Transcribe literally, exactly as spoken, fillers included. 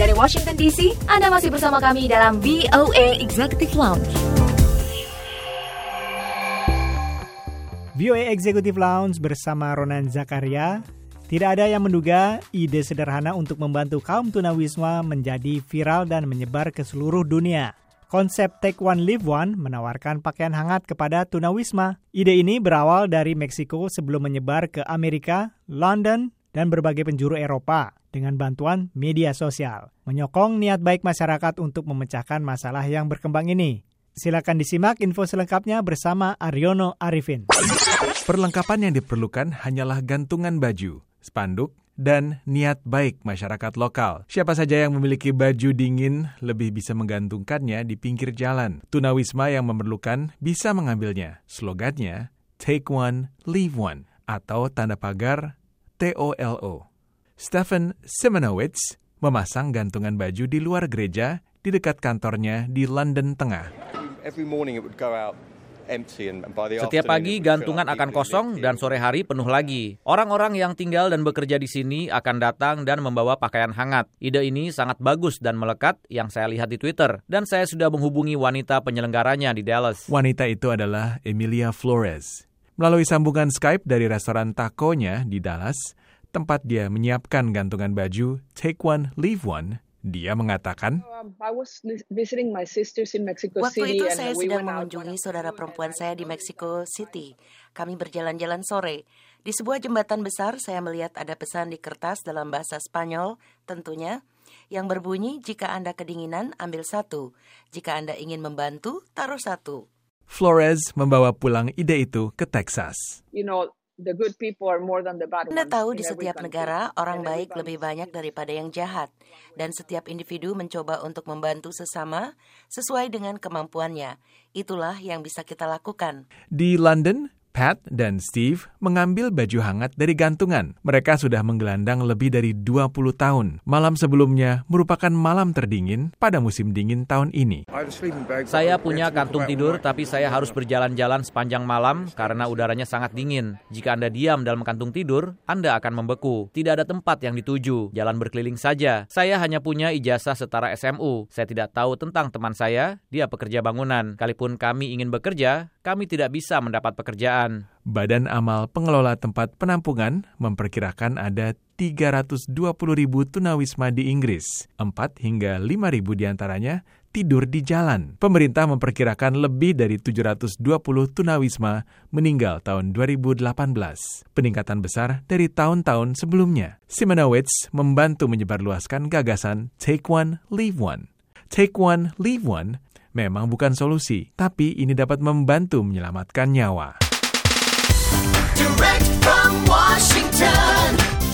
Dari Washington D C, Anda masih bersama kami dalam V O A Executive Lounge. V O A Executive Lounge bersama Ronan Zakaria. Tidak ada yang menduga ide sederhana untuk membantu kaum tunawisma menjadi viral dan menyebar ke seluruh dunia. Konsep Take One Live One menawarkan pakaian hangat kepada tunawisma. Ide ini berawal dari Meksiko sebelum menyebar ke Amerika, London, dan berbagai penjuru Eropa dengan bantuan media sosial. Menyokong niat baik masyarakat untuk memecahkan masalah yang berkembang ini. Silakan disimak info selengkapnya bersama Aryono Arifin. Perlengkapan yang diperlukan hanyalah gantungan baju, spanduk, dan niat baik masyarakat lokal. Siapa saja yang memiliki baju dingin lebih bisa menggantungkannya di pinggir jalan. Tunawisma yang memerlukan bisa mengambilnya. Slogannya, Take One, Leave One, atau tanda pagar T O L O. Stephen Simonowitz memasang gantungan baju di luar gereja di dekat kantornya di London Tengah. Setiap pagi gantungan akan kosong dan sore hari penuh lagi. Orang-orang yang tinggal dan bekerja di sini akan datang dan membawa pakaian hangat. Ide ini sangat bagus dan melekat yang saya lihat di Twitter. Dan saya sudah menghubungi wanita penyelenggaranya di Dallas. Wanita itu adalah Emilia Flores. Melalui sambungan Skype dari restoran takonya di Dallas, tempat dia menyiapkan gantungan baju Take One, Leave One, dia mengatakan, waktu itu saya sedang mengunjungi saudara perempuan saya di Mexico City. Kami berjalan-jalan sore. Di sebuah jembatan besar, saya melihat ada pesan di kertas dalam bahasa Spanyol, tentunya, yang berbunyi, jika Anda kedinginan, ambil satu. Jika Anda ingin membantu, taruh satu. Flores membawa pulang ide itu ke Texas. You know, the good people are more than the bad ones. Anda tahu di setiap negara, orang baik lebih banyak daripada yang jahat. Dan setiap individu mencoba untuk membantu sesama sesuai dengan kemampuannya. Itulah yang bisa kita lakukan. Di London, Pat dan Steve mengambil baju hangat dari gantungan. Mereka sudah menggelandang lebih dari dua puluh tahun. Malam sebelumnya merupakan malam terdingin pada musim dingin tahun ini. Saya punya kantung tidur, tapi saya harus berjalan-jalan sepanjang malam karena udaranya sangat dingin. Jika Anda diam dalam kantung tidur, Anda akan membeku. Tidak ada tempat yang dituju, jalan berkeliling saja. Saya hanya punya ijazah setara S M U. Saya tidak tahu tentang teman saya, dia pekerja bangunan. Kalaupun kami ingin bekerja, kami tidak bisa mendapat pekerjaan. Badan Amal Pengelola Tempat Penampungan memperkirakan ada tiga ratus dua puluh ribu tunawisma di Inggris. empat hingga lima ribu diantaranya tidur di jalan. Pemerintah memperkirakan lebih dari tujuh ratus dua puluh tunawisma meninggal tahun dua ribu delapan belas. Peningkatan besar dari tahun-tahun sebelumnya. Simonowitz membantu menyebarluaskan gagasan Take One, Leave One. Take One, Leave One memang bukan solusi, tapi ini dapat membantu menyelamatkan nyawa. Direct from Washington,